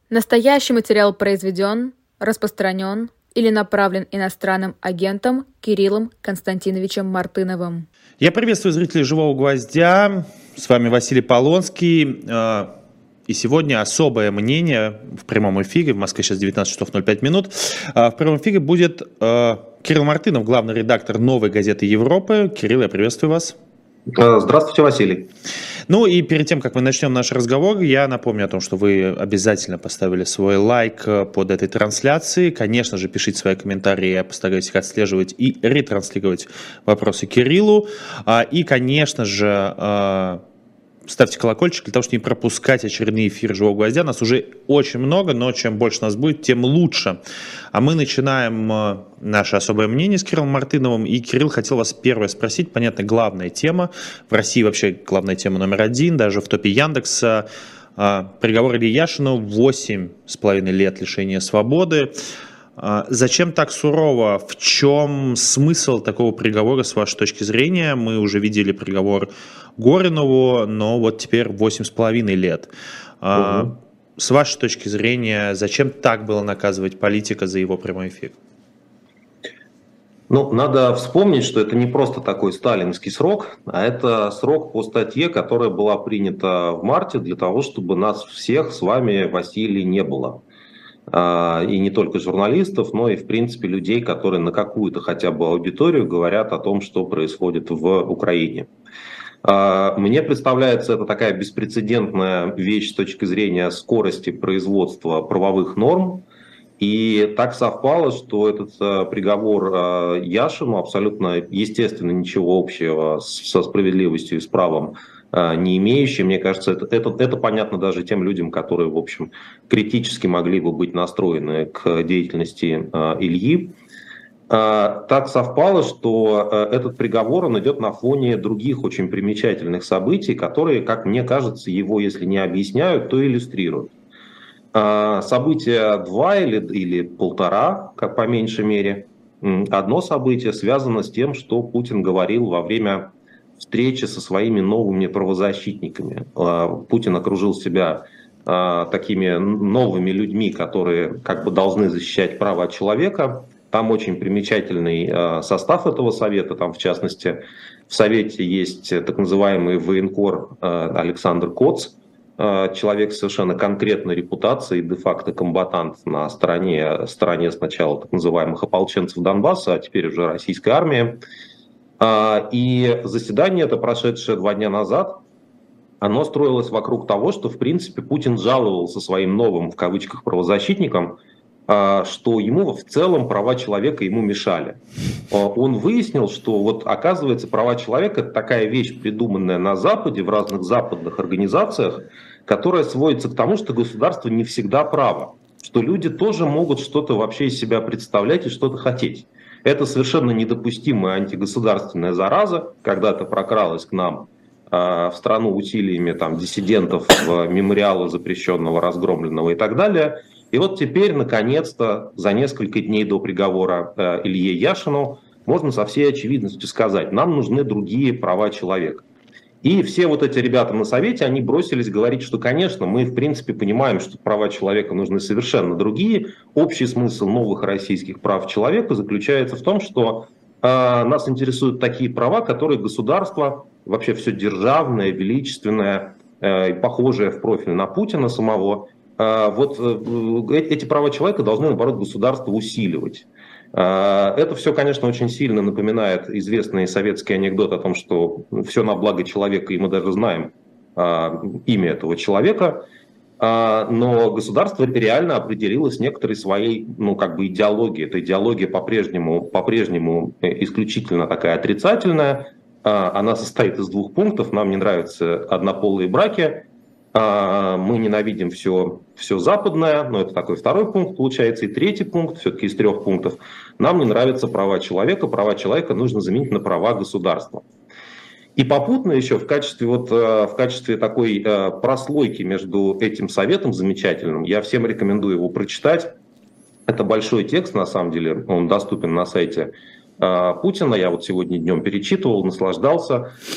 Настоящий материал произведен, распространен или направлен иностранным агентом Кириллом Константиновичем Мартыновым. Я приветствую зрителей «Живого гвоздя». С вами Василий Полонский. И сегодня особое мнение в прямом эфире. В Москве сейчас 19 часов 05 минут. В прямом эфире будет Кирилл Мартынов, главный редактор «Новой газеты Европы». Кирилл, я приветствую вас. Здравствуйте, Василий. Ну и перед тем, как мы начнем наш разговор, я напомню о том, что вы обязательно поставили свой лайк под этой трансляцией. Конечно же, пишите свои комментарии, я постараюсь их отслеживать и ретранслировать вопросы Кириллу. И, конечно же, ставьте колокольчик для того, чтобы не пропускать очередные эфиры «Живого гвоздя». Нас уже очень много, но чем больше нас будет, тем лучше. А мы начинаем наше особое мнение с Кириллом Мартыновым. И, Кирилл, хотел вас первое спросить. Понятно, главная тема. В России вообще главная тема номер один, даже в топе Яндекса. Приговор Ильи Яшину 8,5 лет лишения свободы. Зачем так сурово? В чем смысл такого приговора с вашей точки зрения? Мы уже видели приговор Горинову, но вот теперь 8,5 лет. С вашей точки зрения, зачем так было наказывать политика за его прямой эфир? Ну, надо вспомнить, что это не просто такой сталинский срок, а это срок по статье, которая была принята в марте для того, чтобы нас всех с вами, Василий, не было. И не только журналистов, но и, в принципе, людей, которые на какую-то хотя бы аудиторию говорят о том, что происходит в Украине. Мне представляется, это такая беспрецедентная вещь с точки зрения скорости производства правовых норм. И так совпало, что этот приговор Яшину абсолютно, естественно, ничего общего со справедливостью и с правом не имеющий. Мне кажется, это понятно даже тем людям, которые, в общем, критически могли бы быть настроены к деятельности Ильи. Так совпало, что этот приговор, он идет на фоне других очень примечательных событий, которые, как мне кажется, его, если не объясняют, то иллюстрируют. События 2 или 1,5, как по меньшей мере. Одно событие связано с тем, что Путин говорил во время встречи со своими новыми правозащитниками. Путин окружил себя такими новыми людьми, которые как бы должны защищать права человека. Там очень примечательный состав этого совета. Там, в частности, в совете есть так называемый военкор Александр Коц, человек с совершенно конкретной репутацией, де-факто комбатант на стороне сначала так называемых ополченцев Донбасса, а теперь уже российской армии. И заседание это, прошедшее 2 дня назад, оно строилось вокруг того, что, в принципе, Путин жаловался своим новым, в кавычках, правозащитникам, что ему в целом права человека ему мешали. Он выяснил, что вот оказывается права человека – это такая вещь, придуманная на Западе, в разных западных организациях, которая сводится к тому, что государство не всегда право, что люди тоже могут что-то вообще из себя представлять и что-то хотеть. Это совершенно недопустимая антигосударственная зараза, когда-то прокралась к нам в страну усилиями диссидентов, мемориала запрещенного, разгромленного и так далее. И вот теперь, наконец-то, за несколько дней до приговора Илье Яшину, можно со всей очевидностью сказать, нам нужны другие права человека. И все вот эти ребята на совете, они бросились говорить, что, конечно, мы, в принципе, понимаем, что права человека нужны совершенно другие. Общий смысл новых российских прав человека заключается в том, что нас интересуют такие права, которые государство, вообще все державное, величественное, похожее в профиль на Путина самого, вот эти права человека должны, наоборот, государство усиливать. Это все, конечно, очень сильно напоминает известный советский анекдот о том, что все на благо человека, и мы даже знаем имя этого человека, но государство реально определилось некоторой своей, идеологией. Эта идеология по-прежнему исключительно такая отрицательная. Она состоит из 2 пунктов. Нам не нравятся однополые браки. Мы ненавидим все западное, но это такой 2-й пункт получается, и 3-й пункт, все-таки из 3 пунктов, нам не нравятся права человека нужно заменить на права государства. И попутно еще в качестве такой прослойки между этим советом замечательным, я всем рекомендую его прочитать, это большой текст на самом деле, он доступен на сайте Путина, я вот сегодня днем перечитывал, наслаждался.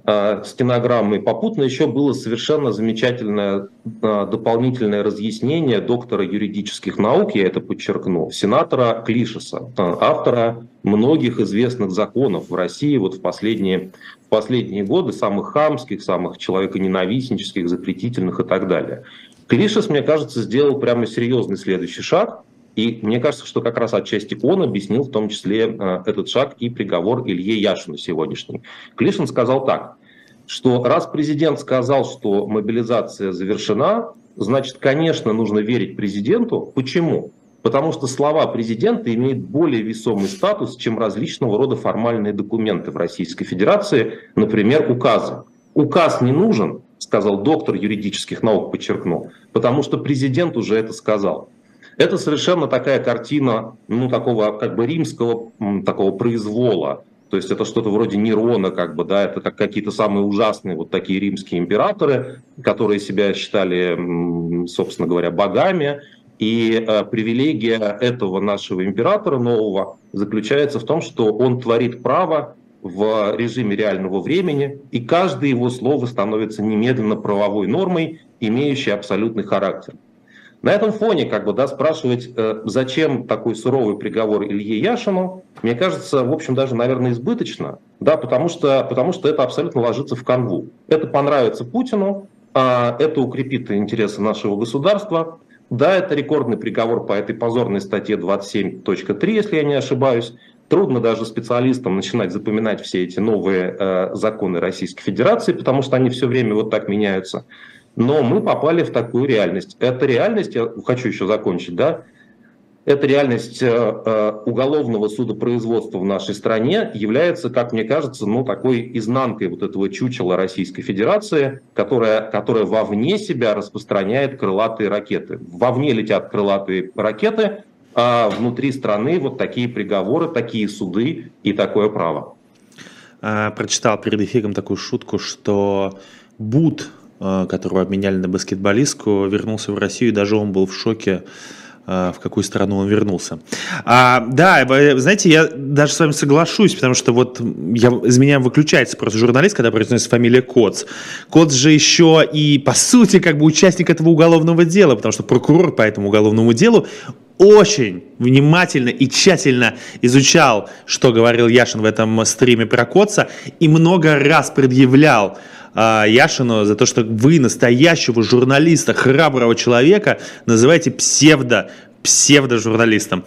стенограммы. Попутно еще было совершенно замечательное дополнительное разъяснение доктора юридических наук, я это подчеркну, сенатора Клишеса, автора многих известных законов в России вот в последние годы, самых хамских, самых человеконенавистнических, запретительных и так далее. Клишес, мне кажется, сделал прямо серьезный следующий шаг. И мне кажется, что как раз отчасти он объяснил в том числе этот шаг и приговор Илье Яшину сегодняшний. Клишин сказал так, что раз президент сказал, что мобилизация завершена, значит, конечно, нужно верить президенту. Почему? Потому что слова президента имеют более весомый статус, чем различного рода формальные документы в Российской Федерации, например, указы. Указ не нужен, сказал доктор юридических наук, подчеркнул, потому что президент уже это сказал. Это совершенно такая картина, такого как бы римского такого произвола. То есть это что-то вроде Нерона, как бы, да, это как какие-то самые ужасные вот такие римские императоры, которые себя считали, собственно говоря, богами. И привилегия этого нашего императора нового заключается в том, что он творит право в режиме реального времени, и каждое его слово становится немедленно правовой нормой, имеющей абсолютный характер. На этом фоне, спрашивать, зачем такой суровый приговор Илье Яшину, мне кажется, в общем, даже, наверное, избыточно, да, потому что это абсолютно ложится в канву. Это понравится Путину, это укрепит интересы нашего государства. Да, это рекордный приговор по этой позорной статье 27.3, если я не ошибаюсь. Трудно даже специалистам начинать запоминать все эти новые законы Российской Федерации, потому что они все время вот так меняются. Но мы попали в такую реальность. Эта реальность, я хочу еще закончить, да, эта реальность уголовного судопроизводства в нашей стране является, как мне кажется, такой изнанкой вот этого чучела Российской Федерации, которая вовне себя распространяет крылатые ракеты. Вовне летят крылатые ракеты, а внутри страны вот такие приговоры, такие суды и такое право. Прочитал перед эфиром такую шутку, что Бут, которого обменяли на баскетболистку, вернулся в Россию, и даже он был в шоке, в какую страну он вернулся. Да, знаете, я даже с вами соглашусь, потому что вот из меня выключается просто журналист, когда произносится фамилия Коц. Коц же еще и, по сути, как бы участник этого уголовного дела, потому что прокурор по этому уголовному делу очень внимательно и тщательно изучал, что говорил Яшин в этом стриме про Коца, и много раз предъявлял Яшину за то, что вы настоящего журналиста, храброго человека называете псевдожурналистом.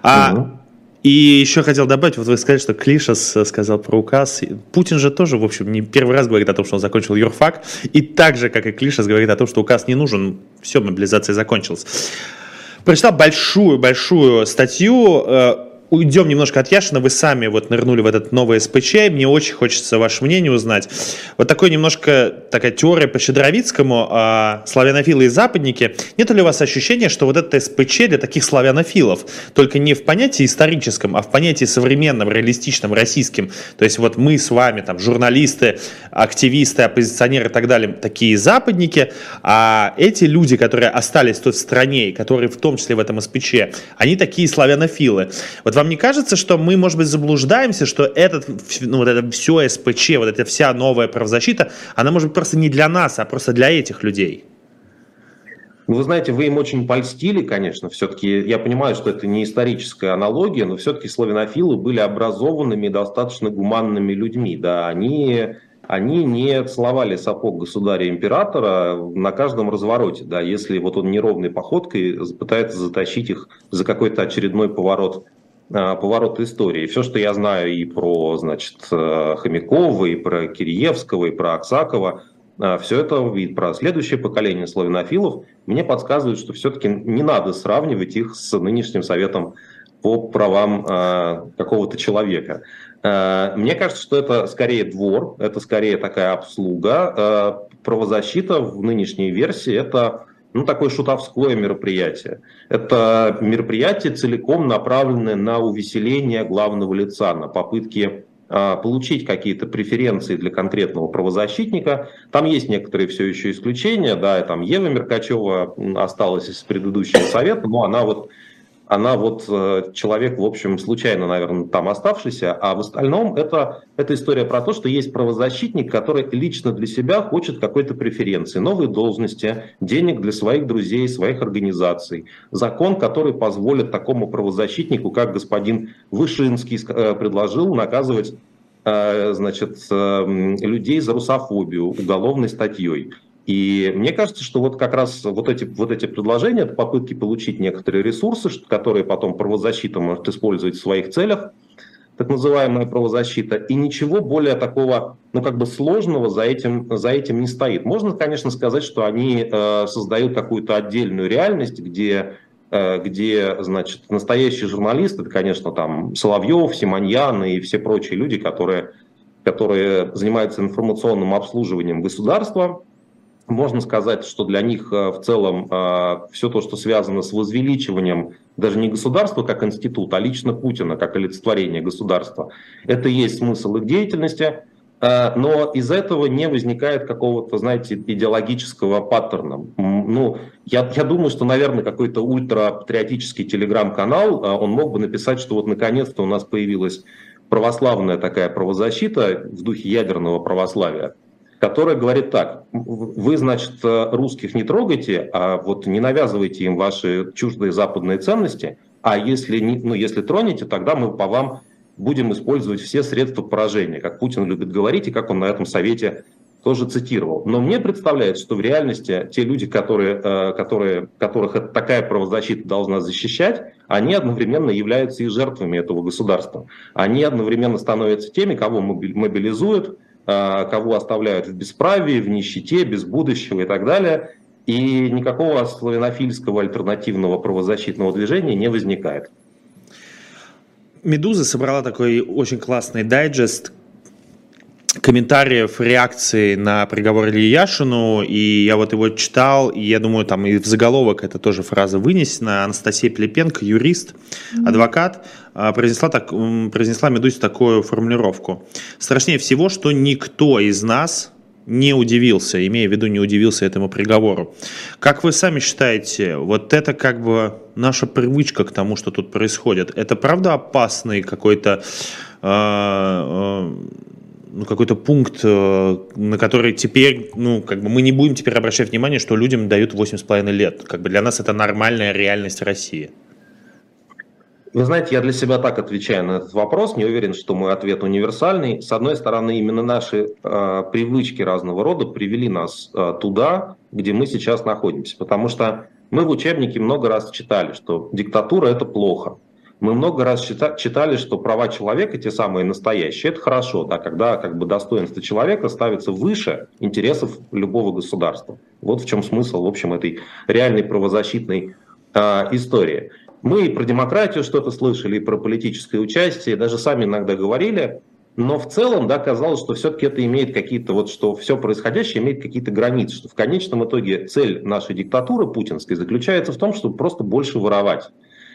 И еще хотел добавить, вот вы сказали, что Клишес сказал про указ. Путин же тоже, в общем, не первый раз говорит о том, что он закончил юрфак, и так же, как и Клишес, говорит о том, что указ не нужен, все, мобилизация закончилась. Прочитал большую статью. Уйдем немножко от Яшина, вы сами вот нырнули в этот новый СПЧ, мне очень хочется ваше мнение узнать. Вот такая теория по Щедровицкому, славянофилы и западники. Нет ли у вас ощущения, что вот это СПЧ для таких славянофилов, только не в понятии историческом, а в понятии современном, реалистичном, российском? То есть вот мы с вами, там, журналисты, активисты, оппозиционеры и так далее, такие западники, а эти люди, которые остались тут в стране, и которые в том числе в этом СПЧ, они такие славянофилы. Вот вам не кажется, что мы, может быть, заблуждаемся, что это все СПЧ, вот эта вся новая правозащита, она может быть просто не для нас, а просто для этих людей? Вы знаете, вы им очень польстили, конечно, все-таки, я понимаю, что это не историческая аналогия, но все-таки славянофилы были образованными и достаточно гуманными людьми, да, они не целовали сапог государя-императора на каждом развороте, да, если вот он неровной походкой пытается затащить их за какой-то очередной поворот истории. Все, что я знаю и про, Хомякова, и про Киреевского, и про Аксакова, все это, и про следующее поколение славянофилов, мне подсказывает, что все-таки не надо сравнивать их с нынешним Советом по правам какого-то человека. Мне кажется, что это скорее двор, это скорее такая обслуга. Правозащита в нынешней версии – это такое шутовское мероприятие. Это мероприятие целиком направленное на увеселение главного лица, на попытки получить какие-то преференции для конкретного правозащитника. Там есть некоторые все еще исключения, да, там Ева Меркачева осталась из предыдущего совета, но она вот она вот человек, в общем, случайно, наверное, там оставшийся, а в остальном это история про то, что есть правозащитник, который лично для себя хочет какой-то преференции, новые должности, денег для своих друзей, своих организаций. Закон, который позволит такому правозащитнику, как господин Вышинский предложил, наказывать значит, людей за русофобию уголовной статьей. И мне кажется, что вот как раз вот эти предложения, это попытки получить некоторые ресурсы, которые потом правозащита может использовать в своих целях, так называемая правозащита, и ничего более такого, ну как бы сложного за этим не стоит. Можно, конечно, сказать, что они создают какую-то отдельную реальность, где значит, настоящий журналист, это, конечно, там Соловьев, Симоньян и все прочие люди, которые занимаются информационным обслуживанием государства. Можно сказать, что для них в целом все то, что связано с возвеличиванием даже не государства как института, а лично Путина как олицетворение государства, это и есть смысл их деятельности, но из этого не возникает какого-то, знаете, идеологического паттерна. Ну, я думаю, что, наверное, какой-то ультрапатриотический телеграм-канал, он мог бы написать, что вот наконец-то у нас появилась православная такая правозащита в духе ядерного православия, которая говорит так: вы, значит, русских не трогайте, а вот не навязывайте им ваши чуждые западные ценности, а если тронете, тогда мы по вам будем использовать все средства поражения, как Путин любит говорить и как он на этом совете тоже цитировал. Но мне представляется, что в реальности те люди, которых такая правозащита должна защищать, они одновременно являются и жертвами этого государства. Они одновременно становятся теми, кого мобилизуют, кого оставляют в бесправии, в нищете, без будущего и так далее. И никакого славянофильского альтернативного правозащитного движения не возникает. «Медуза» собрала такой очень классный дайджест комментариев, реакций на приговор Ильи Яшину, и я вот его читал, и я думаю, там и в заголовок эта тоже фраза вынесена. Анастасия Пилипенко, юрист, адвокат, произнесла «Медузе» такую формулировку: «Страшнее всего, что никто из нас не удивился, имея в виду, не удивился этому приговору». Как вы сами считаете, вот это как бы наша привычка к тому, что тут происходит, это правда опасный какой-то пункт, на который теперь, мы не будем теперь обращать внимание, что людям дают 8,5 лет. Как бы для нас это нормальная реальность России. Вы знаете, я для себя так отвечаю на этот вопрос, не уверен, что мой ответ универсальный. С одной стороны, именно наши привычки разного рода привели нас туда, где мы сейчас находимся. Потому что мы в учебнике много раз читали, что диктатура – это плохо. Мы много раз читали, что права человека, те самые настоящие, это хорошо, да, когда как бы достоинство человека ставится выше интересов любого государства. Вот в чем смысл, в общем, этой реальной правозащитной истории. Мы и про демократию что-то слышали, и про политическое участие, даже сами иногда говорили, но в целом, да, казалось, что все-таки это имеет какие-то, что все происходящее имеет какие-то границы, что в конечном итоге цель нашей диктатуры путинской заключается в том, чтобы просто больше воровать.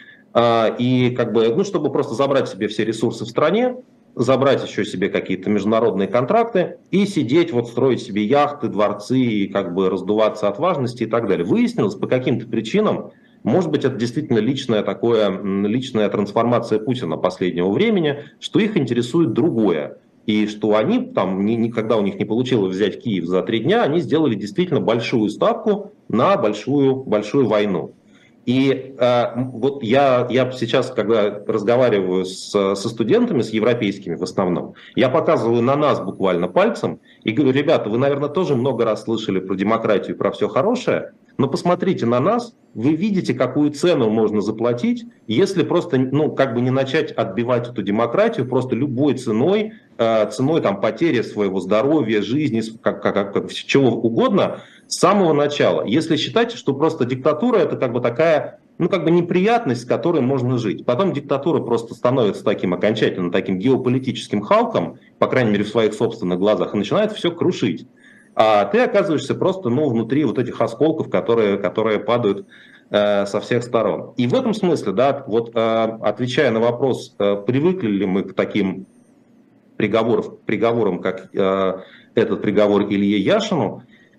И чтобы просто забрать себе все ресурсы в стране, забрать еще себе какие-то международные контракты и сидеть, строить себе яхты, дворцы и раздуваться от важности и так далее. Выяснилось по каким-то причинам, может быть, это действительно личная трансформация Путина последнего времени, что их интересует другое. И что они, никогда у них не получилось взять Киев за 3 дня, они сделали действительно большую ставку на большую войну. И я сейчас, когда разговариваю со студентами, с европейскими в основном, я показываю на нас буквально пальцем и говорю: ребята, вы, наверное, тоже много раз слышали про демократию, про все хорошее, но посмотрите на нас, вы видите, какую цену можно заплатить, если просто не начать отбивать эту демократию просто любой ценой потери своего здоровья, жизни, чего угодно, с самого начала. Если считать, что просто диктатура — это такая неприятность, с которой можно жить. Потом диктатура просто становится окончательно таким геополитическим Халком, по крайней мере в своих собственных глазах, и начинает все крушить. А ты оказываешься просто внутри этих осколков, которые падают со всех сторон. И в этом смысле, да, отвечая на вопрос, привыкли ли мы к таким приговорам, как этот приговор Илье Яшину,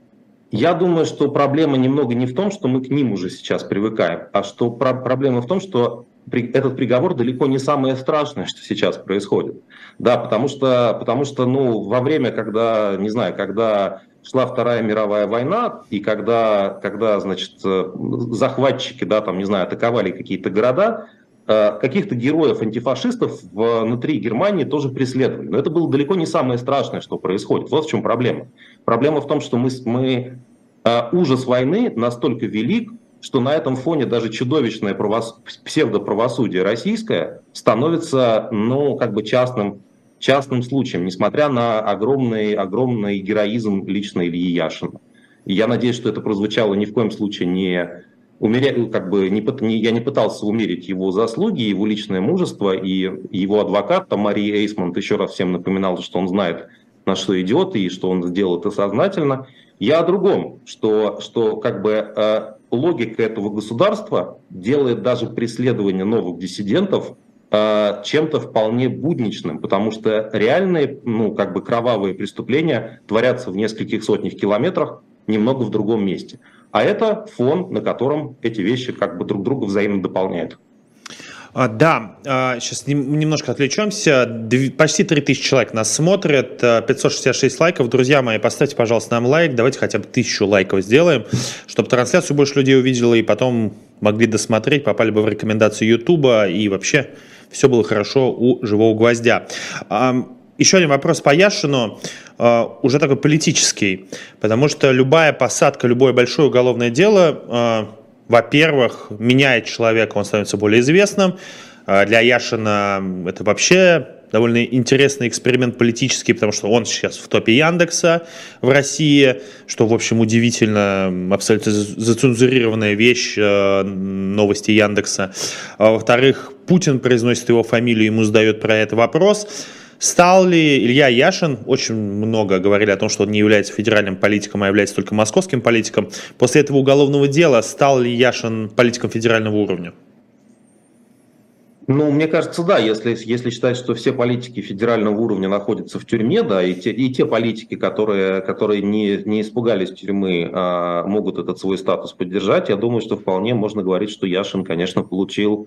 Я думаю, что проблема немного не в том, что мы к ним уже сейчас привыкаем, а что проблема в том, что этот приговор далеко не самое страшное, что сейчас происходит. Да, потому что ну, во время, когда, не знаю, когда шла Вторая мировая война, и когда значит, захватчики, да, там, не знаю, атаковали какие-то города, каких-то героев-антифашистов внутри Германии тоже преследовали. Но это было далеко не самое страшное, что происходит. Вот в чем проблема. Проблема в том, что ужас войны настолько велик, что на этом фоне даже чудовищное псевдоправосудие российское становится, ну, как бы частным случаем, несмотря на огромный героизм лично Ильи Яшина. И я надеюсь, что это прозвучало ни в коем случае я не пытался умерить его заслуги, его личное мужество, и его адвокат, там, Мария Эйсмонт, еще раз всем напоминал, что он знает, на что идет, и что он сделал это сознательно. Я о другом, что логика этого государства делает даже преследование новых диссидентов чем-то вполне будничным, потому что реальные, кровавые преступления творятся в нескольких сотнях километрах, немного в другом месте. А это фон, на котором эти вещи друг друга взаимно дополняют. Да, сейчас немножко отвлечемся. Почти 3000 человек нас смотрят, 566 лайков. Друзья мои, поставьте, пожалуйста, нам лайк. Давайте хотя бы 1000 лайков сделаем, чтобы трансляцию больше людей увидело и потом могли досмотреть, попали бы в рекомендации Ютуба и вообще все было хорошо у «Живого гвоздя». Еще один вопрос по Яшину, уже такой политический, потому что любая посадка, любое большое уголовное дело, во-первых, меняет человека, он становится более известным. Для Яшина это вообще довольно интересный эксперимент политический, потому что он сейчас в топе Яндекса в России, что, в общем, удивительно, абсолютно зацензурированная вещь, новости Яндекса. Во-вторых, Путин произносит его фамилию, ему задают про это вопрос. Стал ли Илья Яшин, очень много говорили о том, что он не является федеральным политиком, а является только московским политиком. После этого уголовного дела стал ли Яшин политиком федерального уровня? Ну, мне кажется, да, если считать, что все политики федерального уровня находятся в тюрьме, да, и те политики, которые не испугались тюрьмы, могут этот свой статус поддержать, я думаю, что вполне можно говорить, что Яшин, конечно, получил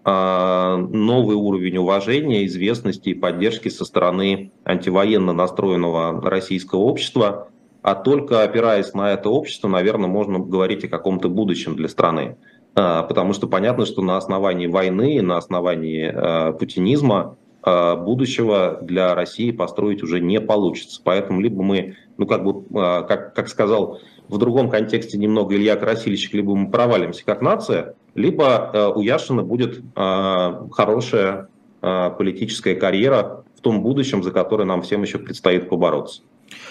новый уровень уважения, известности и поддержки со стороны антивоенно настроенного российского общества, а только опираясь на это общество, наверное, можно говорить о каком-то будущем для страны. Потому что понятно, что на основании войны, на основании путинизма будущего для России построить уже не получится. Поэтому либо мы, как сказал в другом контексте немного Илья Красильщик, либо мы провалимся как нация, либо у Яшина будет хорошая политическая карьера в том будущем, за которое нам всем еще предстоит побороться.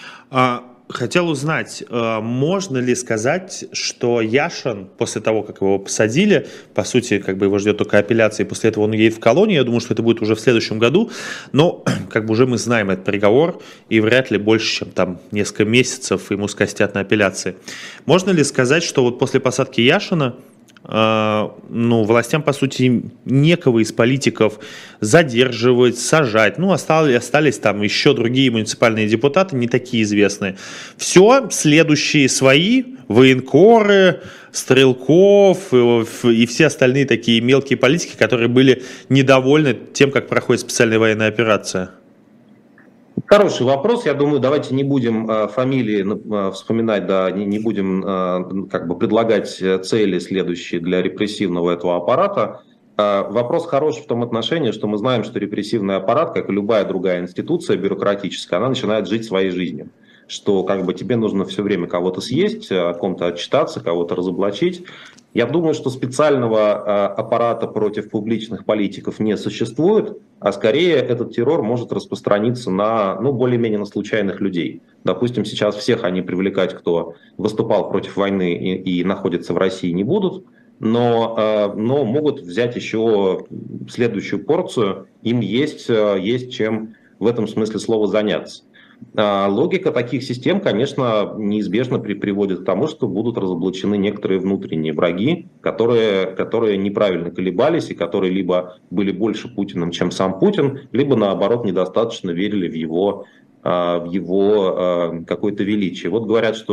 Хотел узнать, можно ли сказать, что Яшин, после того, как его посадили, по сути, его ждет только апелляция, и после этого он едет в колонию, я думаю, что это будет уже в следующем году, но уже мы знаем этот приговор, и вряд ли больше, чем там несколько месяцев ему скостят на апелляции. Можно ли сказать, что вот после посадки Яшина властям, по сути, некого из политиков задерживать, сажать. Остались там еще другие муниципальные депутаты, не такие известные. Все, следующие свои, военкоры, Стрелков и все остальные такие мелкие политики, которые были недовольны тем, как проходит специальная военная операция. Хороший вопрос. Я думаю, давайте не будем фамилии вспоминать, да, не будем предлагать цели следующие для репрессивного этого аппарата. Вопрос хороший в том отношении, что мы знаем, что репрессивный аппарат, как и любая другая институция бюрократическая, она начинает жить своей жизнью. Что тебе нужно все время кого-то съесть, о ком-то отчитаться, кого-то разоблачить. Я думаю, что специального аппарата против публичных политиков не существует, а скорее этот террор может распространиться на, более-менее на случайных людей. Допустим, сейчас всех они привлекать, кто выступал против войны и находится в России, не будут, но могут взять еще следующую порцию, им есть чем в этом смысле слова заняться. Логика таких систем, конечно, неизбежно приводит к тому, что будут разоблачены некоторые внутренние враги, которые неправильно колебались и которые либо были больше Путиным, чем сам Путин, либо, наоборот, недостаточно верили в его какое-то величие. Вот говорят, что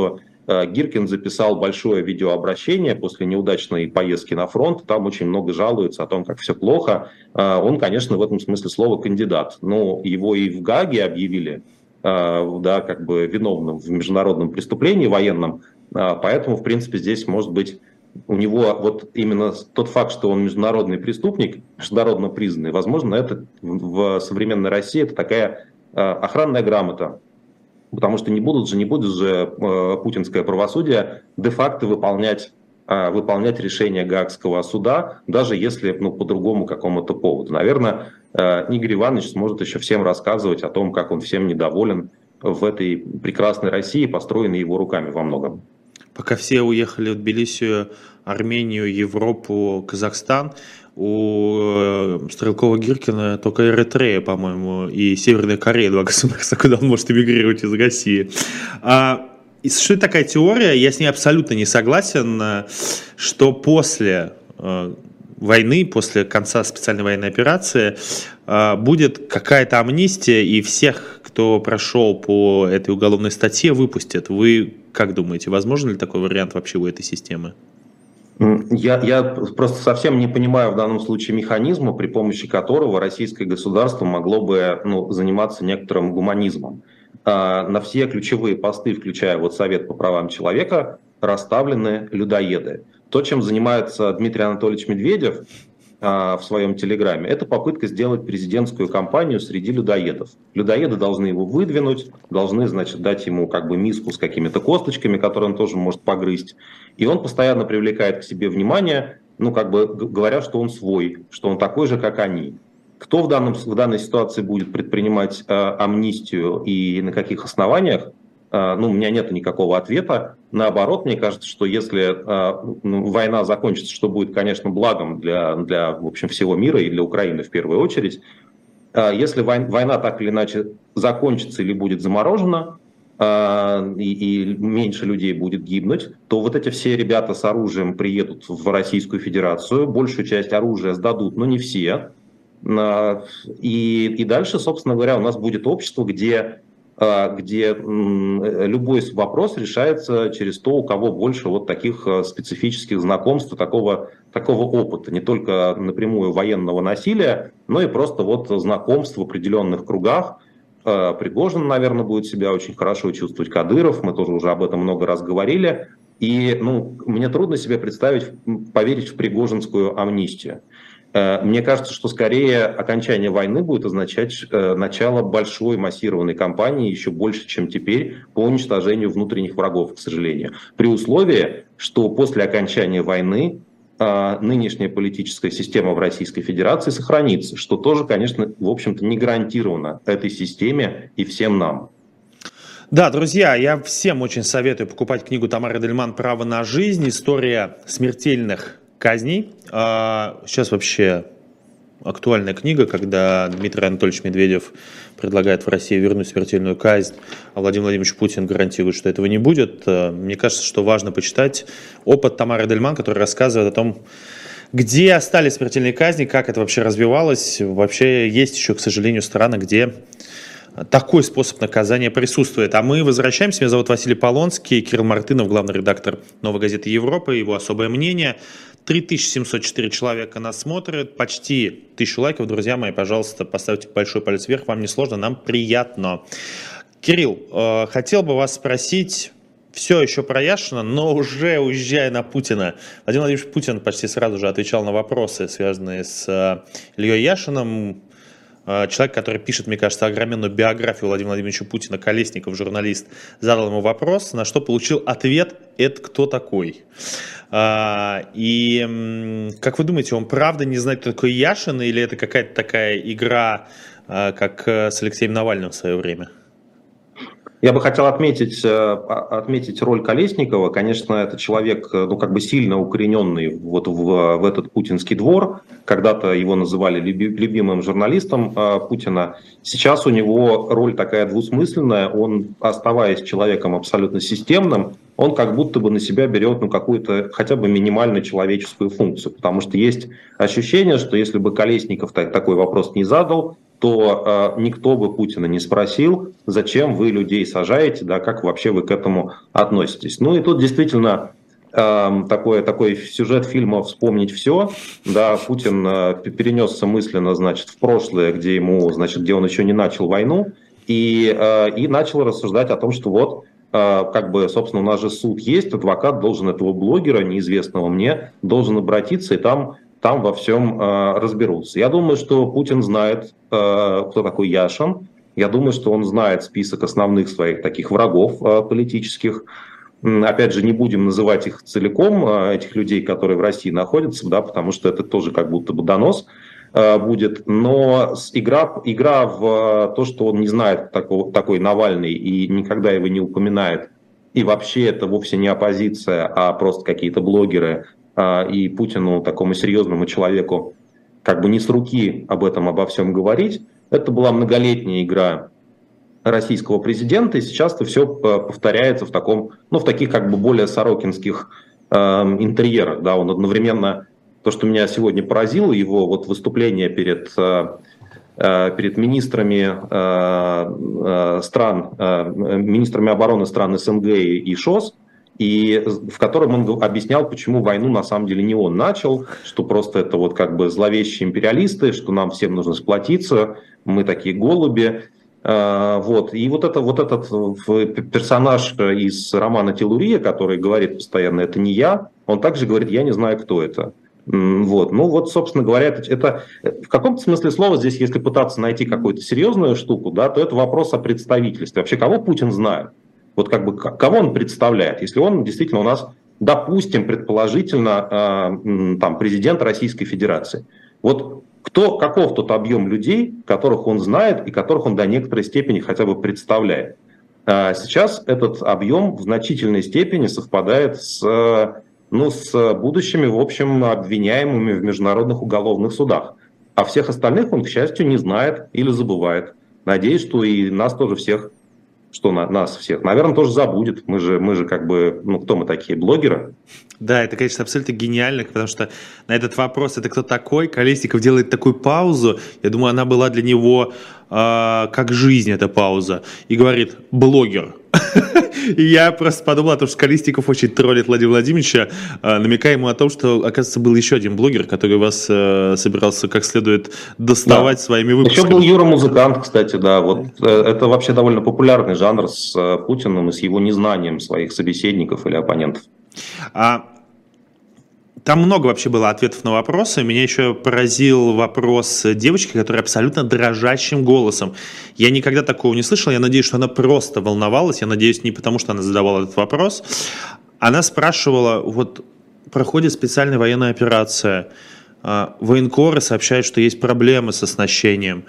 Гиркин записал большое видеообращение после неудачной поездки на фронт, там очень много жалуются о том, как все плохо. Он, конечно, в этом смысле слова кандидат, но его и в Гааге объявили да, как бы виновным в международном преступлении военном, поэтому, в принципе, здесь может быть у него вот именно тот факт, что он международный преступник, международно признанный, возможно, это в современной России это такая охранная грамота, потому что не будет же путинское правосудие де-факто выполнять решение Гаагского суда, даже если по другому какому-то поводу. Наверное, Игорь Иванович сможет еще всем рассказывать о том, как он всем недоволен в этой прекрасной России, построенной его руками во многом. Пока все уехали в Тбилисию, Армению, Европу, Казахстан, у Стрелкова-Гиркина только Эритрея, по-моему, и Северная Корея, два государства, куда он может эмигрировать из России. И существует такая теория, я с ней абсолютно не согласен, что после войны, после конца специальной военной операции, будет какая-то амнистия, и всех, кто прошел по этой уголовной статье, выпустят. Вы как думаете, возможен ли такой вариант вообще у этой системы? Я просто совсем не понимаю в данном случае механизма, при помощи которого российское государство могло бы заниматься некоторым гуманизмом. На все ключевые посты, включая вот Совет по правам человека, расставлены людоеды. То, чем занимается Дмитрий Анатольевич Медведев в своем телеграме, это попытка сделать президентскую кампанию среди людоедов. Людоеды должны его выдвинуть, должны, значит, дать ему как бы миску с какими-то косточками, которые он тоже может погрызть. И он постоянно привлекает к себе внимание, как бы говоря, что он свой, что он такой же, как они. Кто в данной ситуации будет предпринимать амнистию и на каких основаниях? У меня нет никакого ответа. Наоборот, мне кажется, что если война закончится, что будет, конечно, благом для в общем, всего мира и для Украины в первую очередь, если война так или иначе закончится или будет заморожена, и меньше людей будет гибнуть, то вот эти все ребята с оружием приедут в Российскую Федерацию, большую часть оружия сдадут, но не все. И дальше, собственно говоря, у нас будет общество, где любой вопрос решается через то, у кого больше вот таких специфических знакомств, такого опыта, не только напрямую военного насилия, но и просто вот знакомств в определенных кругах. Пригожин, наверное, будет себя очень хорошо чувствовать, Кадыров, мы тоже уже об этом много раз говорили. И мне трудно себе поверить в пригожинскую амнистию. Мне кажется, что скорее окончание войны будет означать начало большой массированной кампании, еще больше, чем теперь, по уничтожению внутренних врагов, к сожалению. При условии, что после окончания войны нынешняя политическая система в Российской Федерации сохранится, что тоже, конечно, в общем-то не гарантировано этой системе и всем нам. Да, друзья, я всем очень советую покупать книгу Тамары Дельман «Право на жизнь. История смертельных казней». Сейчас вообще актуальная книга, когда Дмитрий Анатольевич Медведев предлагает в России вернуть смертельную казнь, а Владимир Владимирович Путин гарантирует, что этого не будет. Мне кажется, что важно почитать опыт Тамары Дельман, который рассказывает о том, где остались смертельные казни, как это вообще развивалось. Вообще есть еще, к сожалению, страны, где такой способ наказания присутствует. А мы возвращаемся. Меня зовут Василий Полонский, Кирилл Мартынов, главный редактор «Новой газеты Европы», его особое мнение. 3704 человека нас смотрят, почти 1000 лайков. Друзья мои, пожалуйста, поставьте большой палец вверх, вам не сложно, нам приятно. Кирилл, хотел бы вас спросить, все еще про Яшина, но уже уезжая на Путина. Владимир Владимирович Путин почти сразу же отвечал на вопросы, связанные с Ильей Яшиным. Человек, который пишет, мне кажется, огроменную биографию Владимира Владимировича Путина, Колесников, журналист, задал ему вопрос, на что получил ответ: «Это кто такой?». И как вы думаете, он правда не знает, кто такой Яшин, или это какая-то такая игра, как с Алексеем Навальным в свое время? Я бы хотел отметить роль Колесникова. Конечно, это человек, сильно укорененный вот в этот путинский двор. Когда-то его называли любимым журналистом Путина. Сейчас у него роль такая двусмысленная. Он, оставаясь человеком абсолютно системным, он как будто бы на себя берет какую-то хотя бы минимальную человеческую функцию. Потому что есть ощущение, что если бы Колесников такой вопрос не задал, то никто бы Путина не спросил, зачем вы людей сажаете, да, как вообще вы к этому относитесь. Ну и тут действительно такой сюжет фильма «Вспомнить все». Да, Путин перенесся мысленно, значит, в прошлое, где он еще не начал войну, и начал рассуждать о том, что вот, как бы, собственно, у нас же суд есть, адвокат должен этого блогера, неизвестного мне, должен обратиться, и там во всем разберутся. Я думаю, что Путин знает, кто такой Яшин. Я думаю, что он знает список основных своих таких врагов политических. Опять же, не будем называть их целиком, этих людей, которые в России находятся, да, потому что это тоже как будто бы донос будет. Но игра в то, что он не знает такой Навальный и никогда его не упоминает, и вообще это вовсе не оппозиция, а просто какие-то блогеры, и Путину, такому серьезному человеку, как бы не с руки обо всем говорить. Это была многолетняя игра российского президента, и сейчас это все повторяется в таких как бы более сорокинских интерьерах. Да, он одновременно, то, что меня сегодня поразило, его вот выступление перед министрами министрами обороны стран СНГ и ШОС, и в котором он объяснял, почему войну на самом деле не он начал, что просто это вот как бы зловещие империалисты, что нам всем нужно сплотиться, мы такие голуби. Вот. И вот этот персонаж из романа Телурия, который говорит постоянно «это не я», он также говорит «я не знаю, кто это». Вот. Ну вот, собственно говоря, это в каком-то смысле слова здесь, если пытаться найти какую-то серьезную штуку, да, то это вопрос о представительстве. Вообще, кого Путин знает? Вот как бы кого он представляет? Если он действительно у нас, допустим, предположительно, там, президент Российской Федерации. Вот каков тот объем людей, которых он знает и которых он до некоторой степени хотя бы представляет? Сейчас этот объем в значительной степени совпадает с будущими, в общем, обвиняемыми в международных уголовных судах. А всех остальных он, к счастью, не знает или забывает. Надеюсь, что и нас тоже всех, нас всех, наверное, тоже забудет. Мы же как бы, кто мы такие, блогеры? Да, это, конечно, абсолютно гениально, потому что на этот вопрос, это кто такой, Колесников делает такую паузу, я думаю, она была для него как жизнь, эта пауза, и говорит «блогер». И я просто подумал о том, что Колесников очень троллит Владимира Владимировича, намекая ему о том, что, оказывается, был еще один блогер, который вас собирался как следует доставать своими выпусками. Еще был Юра-музыкант, кстати, да. Вот это вообще довольно популярный жанр с Путиным и с его незнанием своих собеседников или оппонентов. Там много вообще было ответов на вопросы. Меня еще поразил вопрос девочки, которая абсолютно дрожащим голосом. Я никогда такого не слышал. Я надеюсь, что она просто волновалась. Я надеюсь, не потому, что она задавала этот вопрос. Она спрашивала, вот проходит специальная военная операция. Военкоры сообщают, что есть проблемы с оснащением.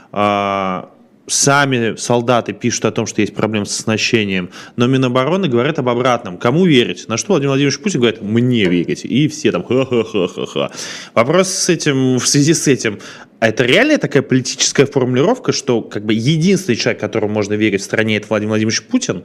Сами солдаты пишут о том, что есть проблемы с оснащением, но Минобороны говорят об обратном. Кому верить? На что Владимир Владимирович Путин говорит, мне верить. И все там ха-ха-ха-ха-ха. Вопрос в связи с этим, а это реальная такая политическая формулировка, что как бы единственный человек, которому можно верить в стране, это Владимир Владимирович Путин?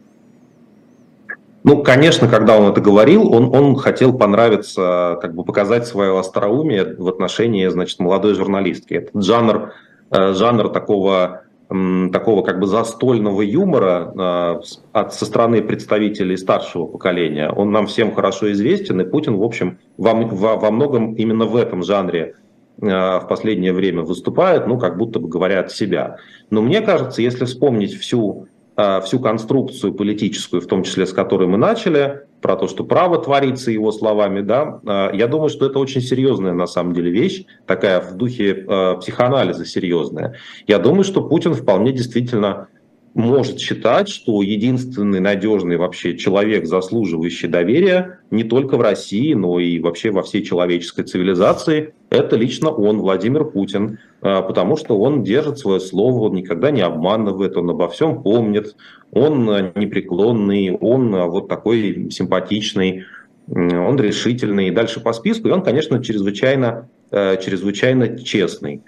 Ну, конечно, когда он это говорил, он хотел понравиться, как бы показать свое остроумие в отношении, значит, молодой журналистки. Этот жанр такого как бы застольного юмора со стороны представителей старшего поколения, он нам всем хорошо известен, и Путин, в общем, во многом именно в этом жанре в последнее время выступает, как будто бы говоря от себя. Но мне кажется, если вспомнить всю конструкцию политическую, в том числе с которой мы начали, про то, что право творится его словами, да, я думаю, что это очень серьезная на самом деле вещь, такая в духе психоанализа серьезная. Я думаю, что Путин вполне действительно может считать, что единственный надежный вообще человек, заслуживающий доверия не только в России, но и вообще во всей человеческой цивилизации, это лично он, Владимир Путин, потому что он держит свое слово, он никогда не обманывает, он обо всем помнит, он непреклонный, он вот такой симпатичный, он решительный и дальше по списку, и он, конечно, чрезвычайно честный.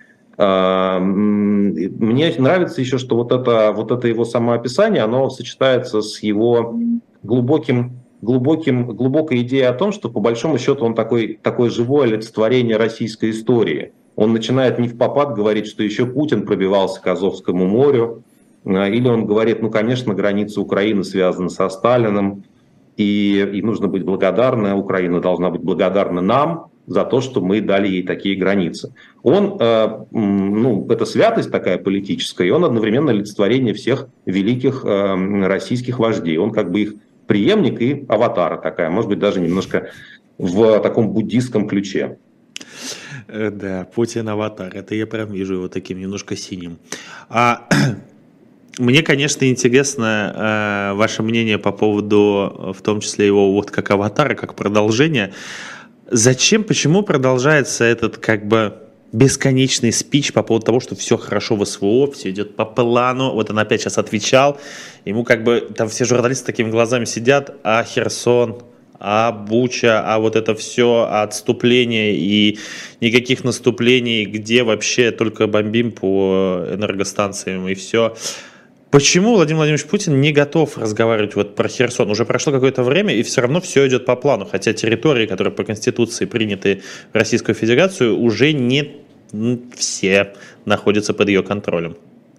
Мне нравится еще, что вот это его самоописание, оно сочетается с его глубокой идеей о том, что по большому счету он такое живое олицетворение российской истории. Он начинает не впопад говорить, что еще Путин пробивался к Азовскому морю, или он говорит, ну, конечно, граница Украины связана со Сталиным, и нужно быть благодарна, Украина должна быть благодарна нам за то, что мы дали ей такие границы. Он, это святость такая политическая, и он одновременно олицетворение всех великих российских вождей. Он как бы их преемник и аватара такая, может быть, даже немножко в таком буддистском ключе. Да, Путин аватар, это я прям вижу его таким немножко синим. Мне, конечно, интересно ваше мнение по поводу, в том числе его вот как аватара, как продолжения. Зачем, почему продолжается этот как бы бесконечный спич по поводу того, что все хорошо в СВО, все идет по плану. Вот он опять сейчас отвечал, ему как бы там все журналисты такими глазами сидят, а Херсон, а Буча, а вот это все, отступление и никаких наступлений, где вообще только бомбим по энергостанциям и все. Почему Владимир Владимирович Путин не готов разговаривать вот про Херсон? Уже прошло какое-то время, и все равно все идет по плану. Хотя территории, которые по Конституции приняты в Российскую Федерацию, уже не все находятся под ее контролем.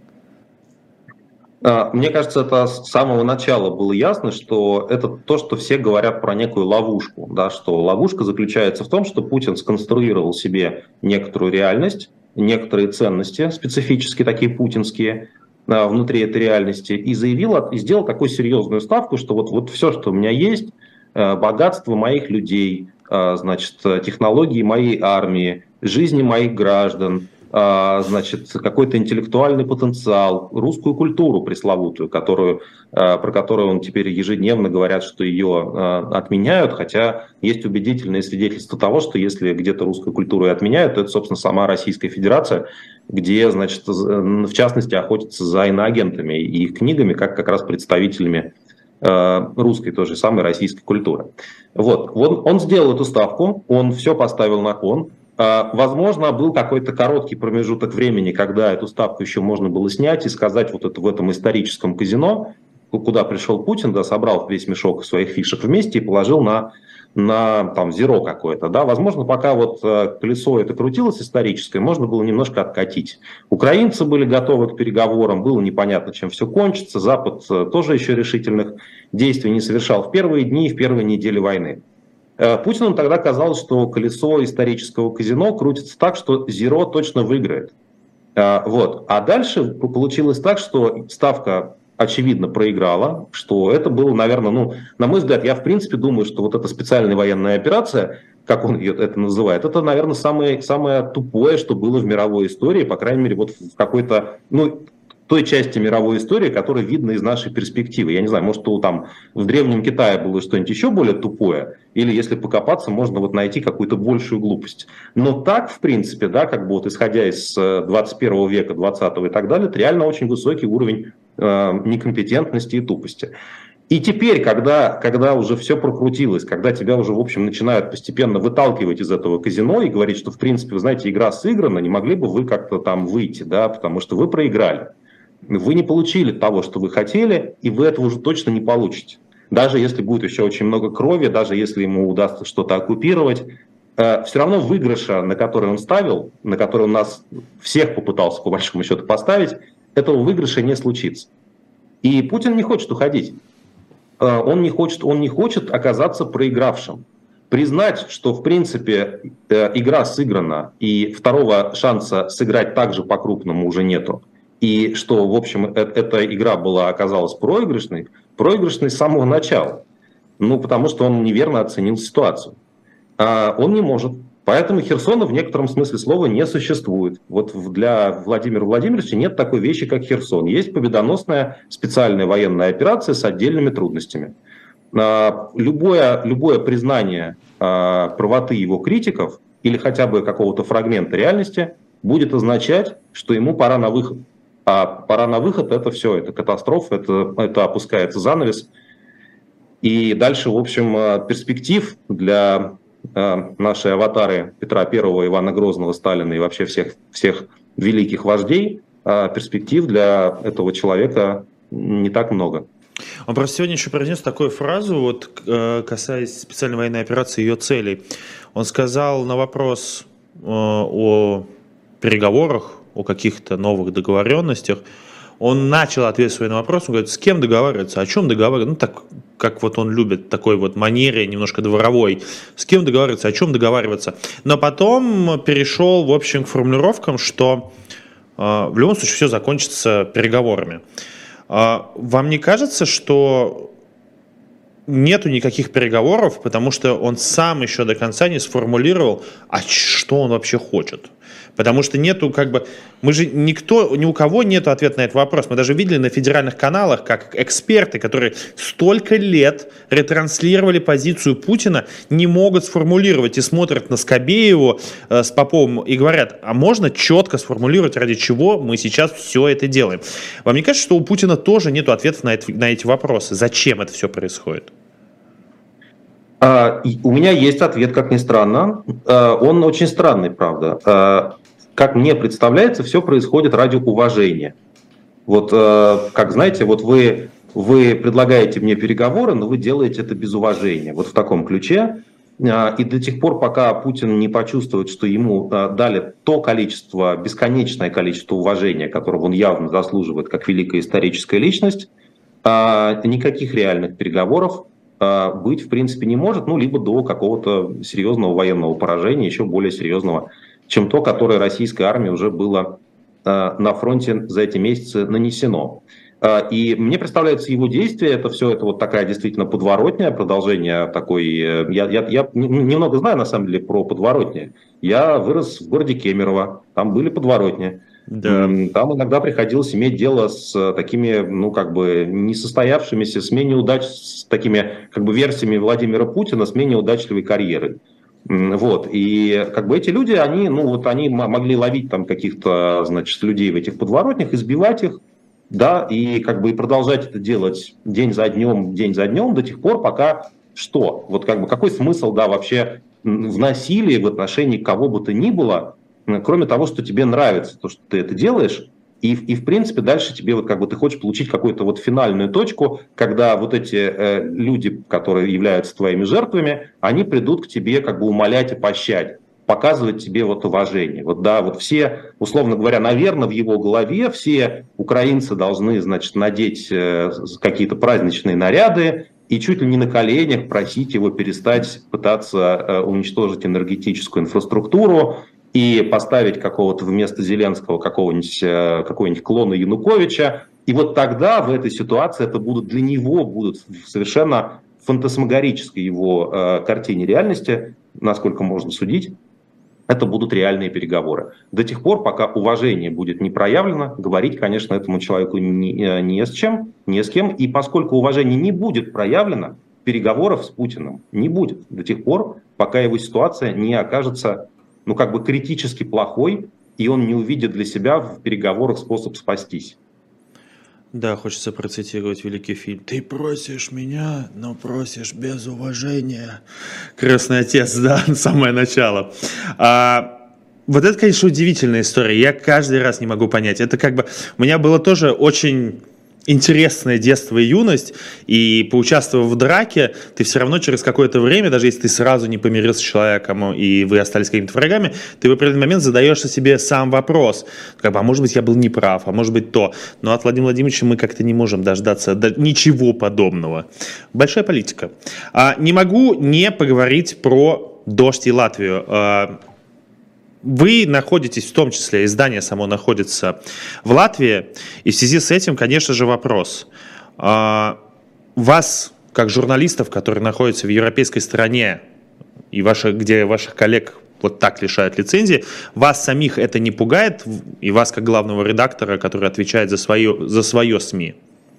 Мне кажется, это с самого начала было ясно, что это то, что все говорят про некую ловушку. Да, что ловушка заключается в том, что Путин сконструировал себе некоторую реальность, некоторые ценности, специфически такие путинские, внутри этой реальности, и сделал такую серьезную ставку, что вот все, что у меня есть, богатство моих людей, значит, технологии моей армии, жизни моих граждан, значит, какой-то интеллектуальный потенциал, русскую культуру пресловутую, про которую он теперь ежедневно говорят, что ее отменяют, хотя есть убедительные свидетельства того, что если где-то русскую культуру и отменяют, то это, собственно, сама Российская Федерация, где, значит, в частности, охотятся за иноагентами и их книгами, как раз представителями русской, той же самой российской культуры. Вот. Он сделал эту ставку, он все поставил на кон. Возможно, был какой-то короткий промежуток времени, когда эту ставку еще можно было снять и сказать вот это в этом историческом казино, куда пришел Путин, да, собрал весь мешок своих фишек вместе и положил на там зеро какое-то. Да. Возможно, пока вот колесо это крутилось историческое, можно было немножко откатить. Украинцы были готовы к переговорам, было непонятно, чем все кончится. Запад тоже еще решительных действий не совершал в первые дни и в первые недели войны. Путину тогда казалось, что колесо исторического казино крутится так, что зеро точно выиграет. Вот. А дальше получилось так, что ставка очевидно проиграла, что это было, наверное, на мой взгляд, я в принципе думаю, что вот эта специальная военная операция, как он ее это называет, это, наверное, самое тупое, что было в мировой истории, по крайней мере, вот в какой-то, той части мировой истории, которая видна из нашей перспективы. Я не знаю, может, там в Древнем Китае было что-нибудь еще более тупое, или если покопаться, можно вот найти какую-то большую глупость. Но так, в принципе, да, как бы вот исходя из 21 века, 20-го и так далее, это реально очень высокий уровень некомпетентности и тупости. И теперь, когда уже все прокрутилось, когда тебя уже, в общем, начинают постепенно выталкивать из этого казино и говорить, что, в принципе, вы знаете, игра сыграна, не могли бы вы как-то там выйти, да, потому что вы проиграли. Вы не получили того, что вы хотели, и вы этого уже точно не получите. Даже если будет еще очень много крови, даже если ему удастся что-то оккупировать, все равно выигрыша, на который он ставил, на который он нас всех попытался, по большому счету, поставить, этого выигрыша не случится. И Путин не хочет уходить. Он не хочет оказаться проигравшим. Признать, что, в принципе, игра сыграна, и второго шанса сыграть так же по-крупному уже нету, и что, в общем, эта игра оказалась проигрышной с самого начала. Потому что он неверно оценил ситуацию. Он не может. Поэтому Херсона в некотором смысле слова не существует. Вот для Владимира Владимировича нет такой вещи, как Херсон. Есть победоносная специальная военная операция с отдельными трудностями. Любое признание правоты его критиков или хотя бы какого-то фрагмента реальности будет означать, что ему пора на выход. А пора на выход – это все, это катастрофа, это опускается занавес. И дальше, в общем, перспектив для нашей аватары Петра I, Ивана Грозного, Сталина и вообще всех великих вождей, перспектив для этого человека не так много. Он просто сегодня еще произнес такую фразу, вот, касаясь специальной военной операции и ее целей. Он сказал на вопрос о переговорах, о каких-то новых договоренностях, он начал ответить на вопрос, он говорит, с кем договариваться, о чем договариваться, ну так, как вот он любит, такой вот манере, немножко дворовой, с кем договариваться, о чем договариваться. Но потом перешел, в общем, к формулировкам, что в любом случае все закончится переговорами. Вам не кажется, что нету никаких переговоров, потому что он сам еще до конца не сформулировал, а что он вообще хочет? Потому что нету мы же ни у кого нету ответа на этот вопрос. Мы даже видели на федеральных каналах, как эксперты, которые столько лет ретранслировали позицию Путина, не могут сформулировать и смотрят на Скобееву с Поповым и говорят, а можно четко сформулировать, ради чего мы сейчас все это делаем. Вам не кажется, что у Путина тоже нету ответов на эти вопросы? Зачем это все происходит? У меня есть ответ, как ни странно. Он очень странный, правда. Как мне представляется, все происходит ради уважения. Вот, как знаете, вот вы предлагаете мне переговоры, но вы делаете это без уважения. Вот в таком ключе. И до тех пор, пока Путин не почувствует, что ему дали то количество, бесконечное количество уважения, которого он явно заслуживает как великая историческая личность, никаких реальных переговоров быть в принципе не может, либо до какого-то серьезного военного поражения, еще более серьезного, чем то, которое российской армии уже было на фронте за эти месяцы нанесено. И мне представляется его действие, это вот такая действительно подворотня, продолжение такой... Я немного знаю, на самом деле, про подворотни. Я вырос в городе Кемерово, там были подворотни. Да. Там иногда приходилось иметь дело с такими, несостоявшимися, с такими, версиями Владимира Путина, с менее удачливой карьерой. Вот. И эти люди, они могли ловить там каких-то, людей в этих подворотнях, избивать их, да, и продолжать это делать день за днем до тех пор, пока что? Вот какой смысл, да, вообще в насилии в отношении кого бы то ни было, кроме того, что тебе нравится то, что ты это делаешь, и в принципе дальше тебе ты хочешь получить какую-то финальную точку, когда вот эти люди, которые являются твоими жертвами, они придут к тебе умолять и поощрять, показывать тебе уважение. Все, условно говоря, наверное, в его голове все украинцы должны, надеть какие-то праздничные наряды и чуть ли не на коленях просить его перестать пытаться уничтожить энергетическую инфраструктуру, и поставить какого-то вместо Зеленского какого-нибудь клона Януковича. И вот тогда в этой ситуации это для него будут совершенно фантасмагорической его картине реальности, насколько можно судить, это будут реальные переговоры. До тех пор, пока уважение будет не проявлено, говорить, конечно, этому человеку не с кем. И поскольку уважение не будет проявлено, переговоров с Путиным не будет до тех пор, пока его ситуация не окажется критически плохой, и он не увидит для себя в переговорах способ спастись. Да, хочется процитировать великий фильм. «Ты просишь меня, но просишь без уважения». «Крестный отец», да, самое начало. Вот это, конечно, удивительная история. Я каждый раз не могу понять. Это у меня было тоже очень интересное детство и юность, и поучаствовав в драке, ты все равно через какое-то время, даже если ты сразу не помирился с человеком, и вы остались какими-то врагами, ты в определенный момент задаешься себе сам вопрос, а может быть я был неправ, а может быть то. Но от Владимира Владимировича мы как-то не можем дождаться ничего подобного. Большая политика. Не могу не поговорить про «Дождь» и Латвию. Вы находитесь, в том числе, издание само находится в Латвии, и в связи с этим, конечно же, вопрос. Вас, как журналистов, которые находятся в европейской стране, и где ваших коллег вот так лишают лицензии, вас самих это не пугает, и вас, как главного редактора, который отвечает за свое СМИ?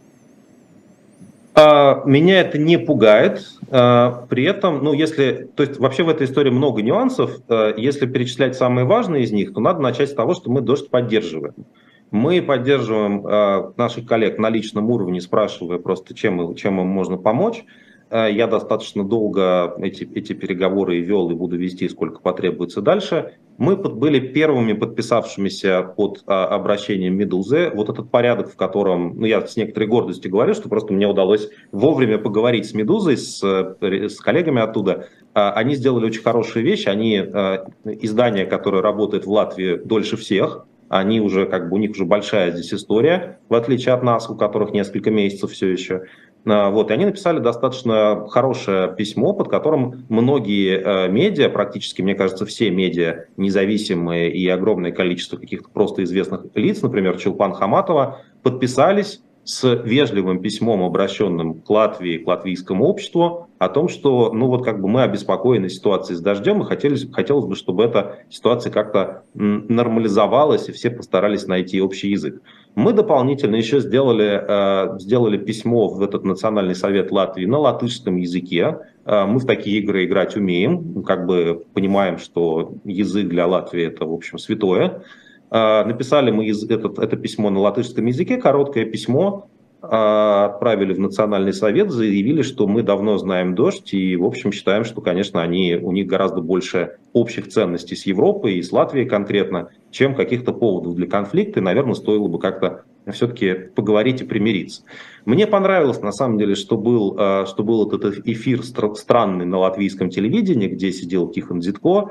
Меня это не пугает. При этом, вообще в этой истории много нюансов. Если перечислять самые важные из них, то надо начать с того, что мы «Дождь» поддерживаем. Мы поддерживаем наших коллег на личном уровне, спрашивая просто, чем им можно помочь. Я достаточно долго эти переговоры вел и буду вести, сколько потребуется дальше. Мы были первыми подписавшимися под обращением «Медузы». Вот этот порядок, в котором, ну, я с некоторой гордостью говорю, что просто мне удалось вовремя поговорить с «Медузой», с коллегами оттуда. Они сделали очень хорошие вещи. Они издание, которое работает в Латвии дольше всех. Они уже, как бы, у них уже большая здесь история, в отличие от нас, у которых несколько месяцев все еще. Вот, и они написали достаточно хорошее письмо, под которым многие медиа, практически, мне кажется, все медиа независимые и огромное количество каких-то просто известных лиц, например, Чулпан Хаматова, подписались с вежливым письмом, обращенным к Латвии, к латвийскому обществу, о том, что, ну вот, как бы мы обеспокоены ситуацией с дождем, и хотелось бы, чтобы эта ситуация как-то нормализовалась, и все постарались найти общий язык. Мы дополнительно еще сделали письмо в этот Национальный совет Латвии на латышском языке. Мы в такие игры играть умеем, как бы понимаем, что язык для Латвии это, в общем, святое. Написали мы это письмо на латышском языке, короткое письмо, отправили в Национальный совет, заявили, что мы давно знаем дождь и, в общем, считаем, что, конечно, у них гораздо больше общих ценностей с Европой и с Латвией конкретно, чем каких-то поводов для конфликта, и, наверное, стоило бы как-то все-таки поговорить и примириться. Мне понравилось, на самом деле, что был этот эфир странный на латвийском телевидении, где сидел Тихон Зитко.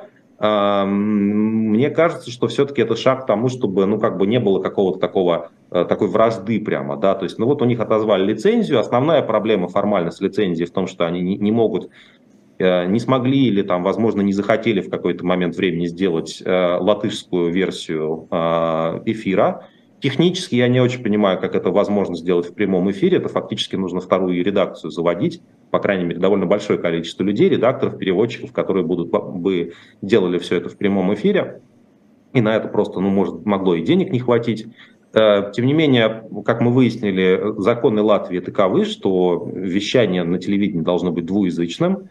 Мне кажется, что все-таки это шаг к тому, чтобы, ну, как бы не было какого-то такой вражды прямо, да, то есть, ну, вот у них отозвали лицензию, основная проблема формально с лицензией в том, что они не могут, не смогли или там, возможно, не захотели в какой-то момент времени сделать латышскую версию эфира. Технически я не очень понимаю, как это возможно сделать в прямом эфире. Это фактически нужно вторую редакцию заводить, по крайней мере, довольно большое количество людей, редакторов, переводчиков, которые бы делали все это в прямом эфире. И на это просто, могло и денег не хватить. Тем не менее, как мы выяснили, законы Латвии таковы, что вещание на телевидении должно быть двуязычным.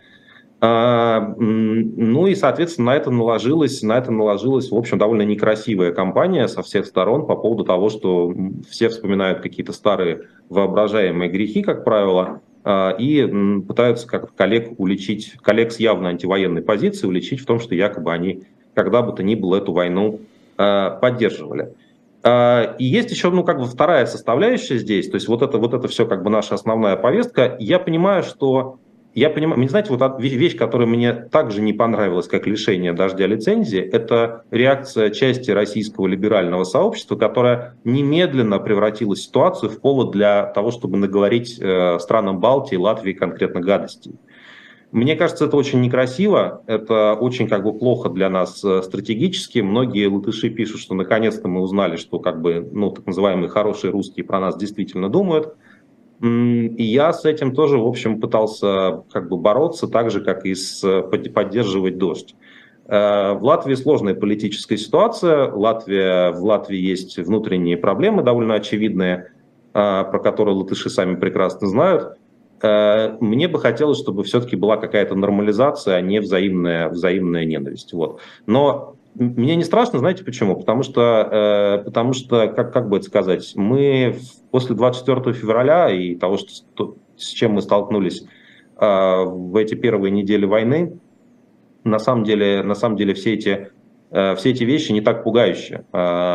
Ну и, соответственно, на это наложилась, в общем, довольно некрасивая кампания со всех сторон по поводу того, что все вспоминают какие-то старые воображаемые грехи, как правило, и пытаются как-то коллег с явно антивоенной позицией уличить в том, что якобы они когда бы то ни было эту войну поддерживали. И есть еще, вторая составляющая здесь, то есть вот это все как бы наша основная повестка. Я понимаю, знаете, вот вещь, которая мне также не понравилась, как лишение дождя лицензии, это реакция части российского либерального сообщества, которая немедленно превратила ситуацию в повод для того, чтобы наговорить странам Балтии, Латвии конкретно гадостей. Мне кажется, это очень некрасиво, это очень плохо для нас стратегически. Многие латыши пишут, что наконец-то мы узнали, что так называемые хорошие русские про нас действительно думают. И я с этим тоже, в общем, пытался бороться, так же, как и поддерживать дождь. В Латвии сложная политическая ситуация, в Латвии есть внутренние проблемы довольно очевидные, про которые латыши сами прекрасно знают. Мне бы хотелось, чтобы все-таки была какая-то нормализация, а не взаимная ненависть. Вот. Но мне не страшно, знаете почему? Потому что как бы это сказать, мы после 24 февраля и того, с чем мы столкнулись в эти первые недели войны, на самом деле все эти вещи не так пугающие.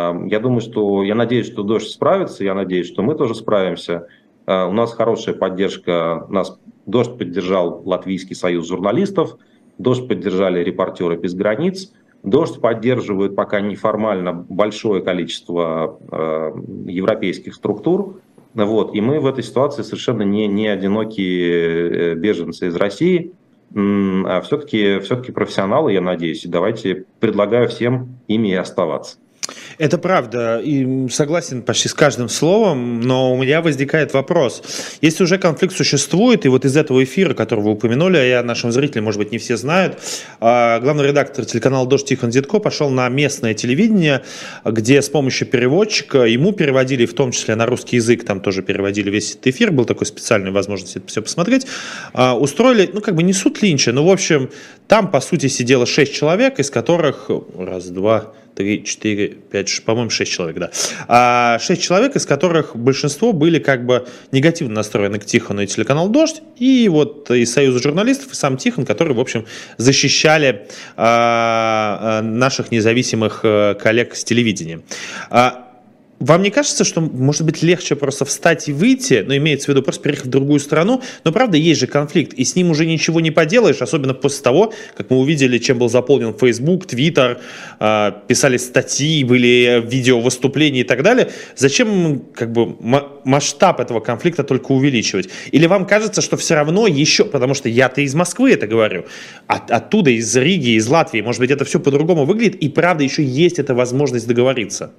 Я надеюсь, что дождь справится, я надеюсь, что мы тоже справимся. У нас хорошая поддержка, дождь поддержал Латвийский союз журналистов, дождь поддержали репортеры без границ, дождь поддерживает пока неформально большое количество европейских структур. Вот, и мы в этой ситуации совершенно не одинокие беженцы из России, а все-таки профессионалы, я надеюсь. И давайте предлагаю всем ими и оставаться. Это правда, и согласен почти с каждым словом, но у меня возникает вопрос. Если уже конфликт существует, и вот из этого эфира, который вы упомянули, а нашим зрителям, может быть, не все знают, главный редактор телеканала «Дождь» Тихон Зитко пошел на местное телевидение, где с помощью переводчика ему переводили, в том числе на русский язык, там тоже переводили весь этот эфир, был такой специальной возможность это все посмотреть, устроили, не суд Линча, но, в общем, Там, по сути, сидело 6 человек, из которых, раз, два, три, четыре, пять, по-моему, 6 человек, да. 6 человек, из которых большинство были как бы негативно настроены к Тихону и телеканал «Дождь», и вот из Союза журналистов, и сам Тихон, которые, в общем, защищали наших независимых коллег с телевидения. Вам не кажется, что может быть легче просто встать и выйти, но имеется в виду просто переехать в другую страну, но правда есть же конфликт, и с ним уже ничего не поделаешь, особенно после того, как мы увидели, чем был заполнен Facebook, Twitter, писали статьи, были видео выступления и так далее. Зачем как бы масштаб этого конфликта только увеличивать? Или вам кажется, что все равно еще, потому что я-то из Москвы это говорю, оттуда, из Риги, из Латвии, может быть, это все по-другому выглядит, и правда еще есть эта возможность договориться?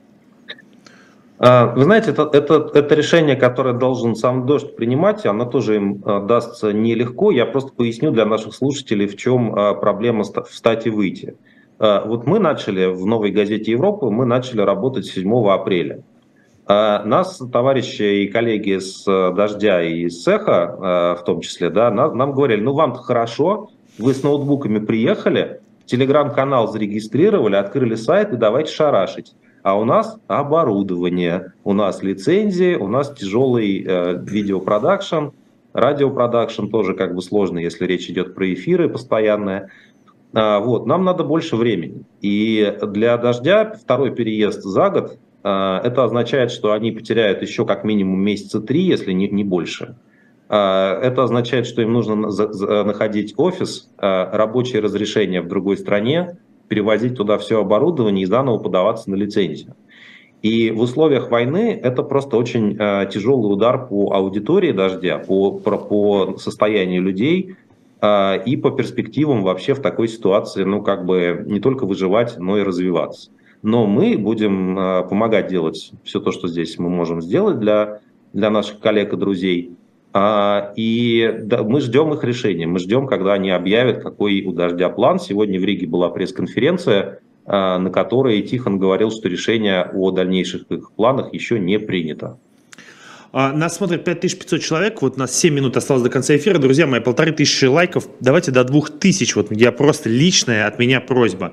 Вы знаете, это решение, которое должен сам «Дождь» принимать, оно тоже им дастся нелегко. Я просто поясню для наших слушателей, в чем проблема встать и выйти. Вот мы начали в «Новой газете Европы», мы начали работать 7 апреля. Нас товарищи и коллеги с «Дождя» и с «Эхо», в том числе, да, нам говорили, ну вам-то хорошо, вы с ноутбуками приехали, телеграм-канал зарегистрировали, открыли сайт и давайте шарашить. А у нас оборудование, у нас лицензии, у нас тяжелый видеопродакшн, радиопродакшн тоже как бы сложно, если речь идет про эфиры постоянные. Вот, нам надо больше времени. И для «Дождя» второй переезд за год, это означает, что они потеряют еще как минимум месяца 3, если не больше. Это означает, что им нужно находить офис, рабочее разрешение в другой стране, перевозить туда все оборудование и заново подаваться на лицензию. И в условиях войны это просто очень тяжелый удар по аудитории «Дождя», по состоянию людей и по перспективам вообще в такой ситуации, ну, как бы не только выживать, но и развиваться. Но мы будем помогать делать все то, что здесь мы можем сделать для наших коллег и друзей. И да, мы ждем их решения, мы ждем, когда они объявят, какой у «Дождя» план. Сегодня в Риге была пресс-конференция, на которой Тихон говорил, что решение о дальнейших их планах еще не принято. Нас смотрит 5500 человек, вот у нас 7 минут осталось до конца эфира. Друзья мои, 1500 лайков, давайте до 2000, вот я просто личная от меня просьба.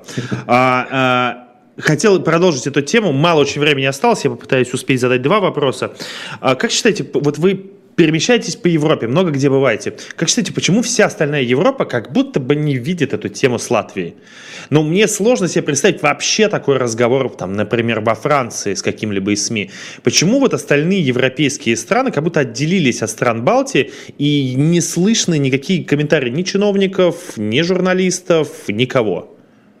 Хотел продолжить эту тему, мало очень времени осталось, я попытаюсь успеть задать 2 вопроса. Как считаете, вот вы перемещаетесь по Европе, много где бываете. Как считаете, почему вся остальная Европа как будто бы не видит эту тему с Латвией? Ну, мне сложно себе представить вообще такой разговор, там, например, во Франции с каким-либо из СМИ. Почему вот остальные европейские страны как будто отделились от стран Балтии и не слышны никакие комментарии ни чиновников, ни журналистов, никого?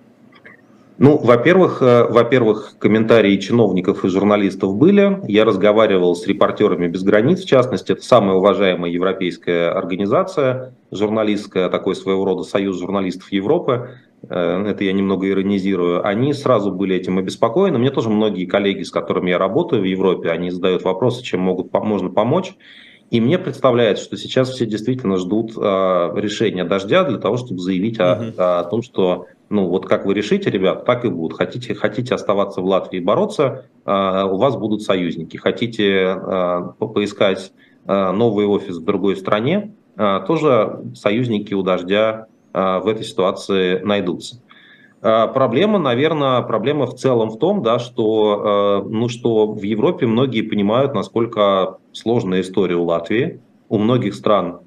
Ну, во-первых, комментарии чиновников и журналистов были. Я разговаривал с «Репортерами без границ», в частности, это самая уважаемая европейская организация журналистская, такой своего рода союз журналистов Европы. Это я немного иронизирую. Они сразу были этим обеспокоены. Мне тоже многие коллеги, с которыми я работаю в Европе, они задают вопросы, чем можно помочь. И мне представляется, что сейчас все действительно ждут решения «Дождя» для того, чтобы заявить о том, что ну вот как вы решите, ребят, так и будет. Хотите оставаться в Латвии и бороться, у вас будут союзники. Хотите поискать новый офис в другой стране, тоже союзники у «Дождя» в этой ситуации найдутся. Проблема в целом в том, да, что в Европе многие понимают, насколько сложная история у Латвии. У многих стран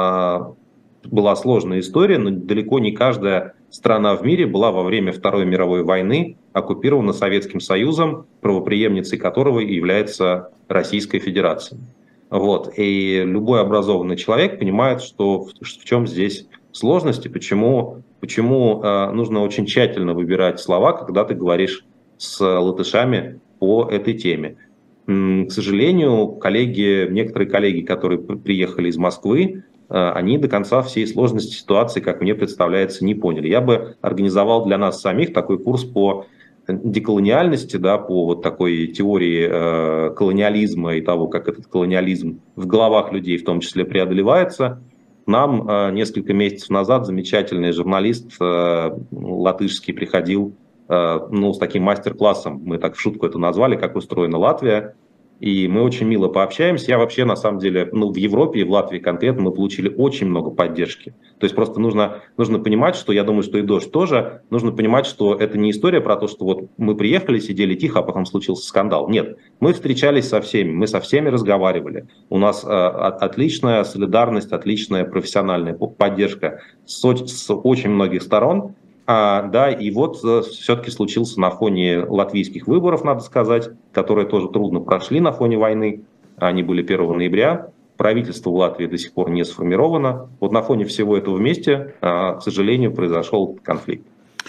была сложная история, но далеко не каждая страна в мире была во время Второй мировой войны оккупирована Советским Союзом, правопреемницей которого является Российская Федерация. Вот. И любой образованный человек понимает, что в чем здесь сложности, почему нужно очень тщательно выбирать слова, когда ты говоришь с латышами по этой теме. К сожалению, некоторые коллеги, которые приехали из Москвы, они до конца всей сложности ситуации, как мне представляется, не поняли. Я бы организовал для нас самих такой курс по деколониальности, да, по вот такой теории колониализма и того, как этот колониализм в головах людей в том числе преодолевается. Нам несколько месяцев назад замечательный журналист латышский приходил с таким мастер-классом, мы так в шутку это назвали, как устроена Латвия. и мы очень мило пообщаемся. Я вообще, на самом деле, в Европе и в Латвии конкретно мы получили очень много поддержки. То есть просто нужно понимать, что, я думаю, что и «Дождь» тоже, нужно понимать, что это не история про то, что вот мы приехали, сидели тихо, а потом случился скандал. Нет, мы встречались со всеми, мы со всеми разговаривали. У нас отличная солидарность, отличная профессиональная поддержка с очень многих сторон. Да, и вот все-таки случился на фоне латвийских выборов, надо сказать, которые тоже трудно прошли на фоне войны. Они были 1 ноября. Правительство в Латвии до сих пор не сформировано. Вот на фоне всего этого вместе, к сожалению, произошел конфликт.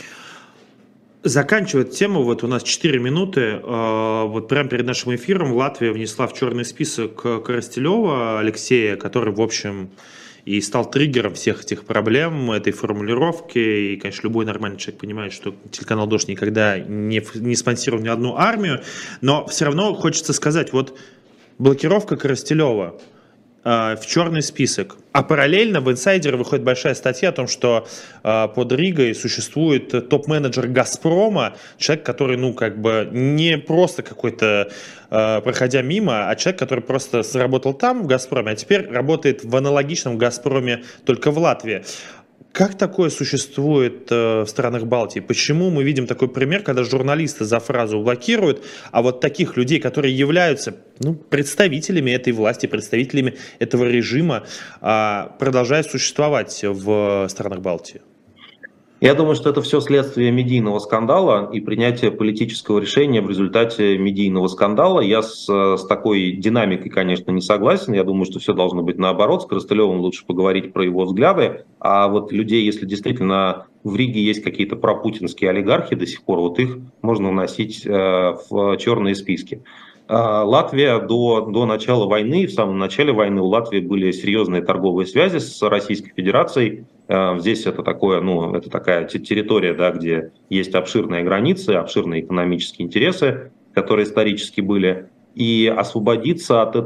Заканчивая тему, вот у нас 4 минуты, вот прямо перед нашим эфиром Латвия внесла в черный список Коростелева Алексея, который, в общем, и стал триггером всех этих проблем, этой формулировки. И, конечно, любой нормальный человек понимает, что телеканал «Дождь» никогда не спонсировал ни одну армию. Но все равно хочется сказать, вот блокировка Коростелева в черный список. А параллельно в «Инсайдере» выходит большая статья о том, что под Ригой существует топ-менеджер «Газпрома», человек, который, не просто какой-то проходя мимо, а человек, который просто заработал там, в «Газпроме», а теперь работает в аналогичном «Газпроме», только в Латвии. Как такое существует в странах Балтии? Почему мы видим такой пример, когда журналисты за фразу блокируют, а вот таких людей, которые являются представителями этой власти, представителями этого режима, продолжают существовать в странах Балтии? Я думаю, что это все следствие медийного скандала и принятия политического решения в результате медийного скандала. Я с такой динамикой, конечно, не согласен. Я думаю, что все должно быть наоборот. С Коростелевым лучше поговорить про его взгляды. А вот людей, если действительно в Риге есть какие-то пропутинские олигархи до сих пор, вот их можно вносить в черные списки. Латвия до начала войны, в самом начале войны у Латвии были серьезные торговые связи с Российской Федерацией. Здесь это такая территория, да, где есть обширные границы, обширные экономические интересы, которые исторически были. И освободиться от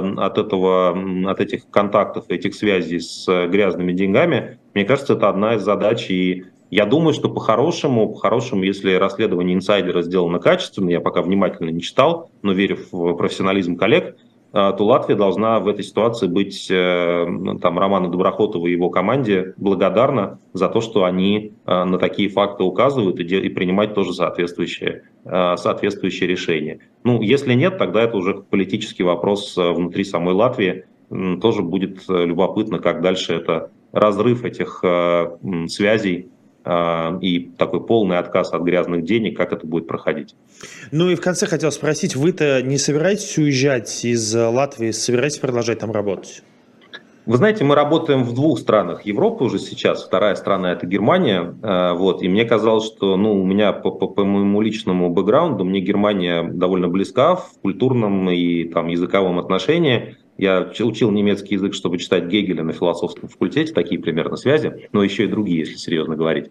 этих контактов, этих связей с грязными деньгами, мне кажется, это одна из задач. И я думаю, что по-хорошему, если расследование «Инсайдера» сделано качественно, я пока внимательно не читал, но верю в профессионализм коллег, то Латвия должна в этой ситуации быть Роману Доброхотову и его команде благодарна за то, что они на такие факты указывают и принимать тоже соответствующие решения. Если нет, тогда это уже политический вопрос внутри самой Латвии. Тоже будет любопытно, как дальше это разрыв этих связей и такой полный отказ от грязных денег, как это будет проходить. И в конце хотел спросить, вы-то не собираетесь уезжать из Латвии, собираетесь продолжать там работать? Вы знаете, мы работаем в 2 странах Европы уже сейчас. Вторая страна – это Германия. И мне казалось, что у меня по моему личному бэкграунду, мне Германия довольно близка в культурном и языковом отношении. Я учил немецкий язык, чтобы читать Гегеля на философском факультете, такие примерно связи, но еще и другие, если серьезно говорить.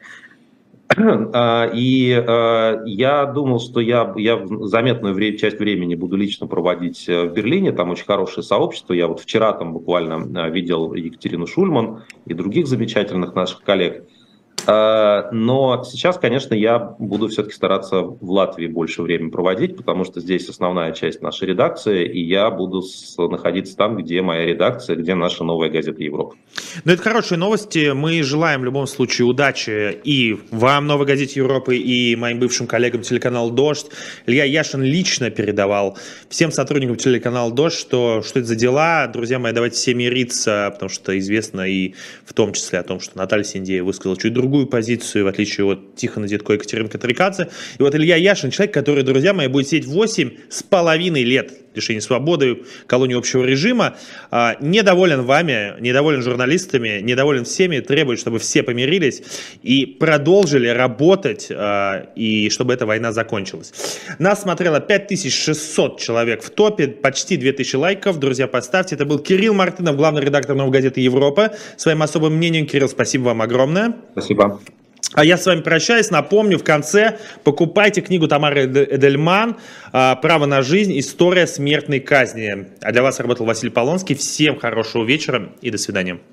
И я думал, что я заметную часть времени буду лично проводить в Берлине, там очень хорошее сообщество. Я вот вчера там буквально видел Екатерину Шульман и других замечательных наших коллег. Но сейчас, конечно, я буду все-таки стараться в Латвии больше времени проводить, потому что здесь основная часть нашей редакции, и я буду находиться там, где моя редакция, где наша «Новая газета Европы». Это хорошие новости. Мы желаем в любом случае удачи и вам, «Новой газете Европы», и моим бывшим коллегам телеканала «Дождь». Илья Яшин лично передавал всем сотрудникам телеканала «Дождь», что это за дела. Друзья мои, давайте все мириться, потому что известно и в том числе о том, что Наталья Синдеева высказала чуть другую позицию, в отличие от Тихона Дедко и Екатерины Катрикадзе. И вот Илья Яшин, человек, который, друзья мои, будет сидеть 8,5 лет лишения свободы, колонии общего режима, недоволен вами, недоволен журналистами, недоволен всеми, требует, чтобы все помирились и продолжили работать, и чтобы эта война закончилась. Нас смотрело 5600 человек в топе, почти 2000 лайков. Друзья, поставьте. Это был Кирилл Мартынов, главный редактор «Новой газеты Европа». Своим особым мнением, Кирилл, спасибо вам огромное. Спасибо. А я с вами прощаюсь. Напомню, в конце покупайте книгу Тамары Эдельман «Право на жизнь. История смертной казни». А для вас работал Василий Полонский. Всем хорошего вечера и до свидания.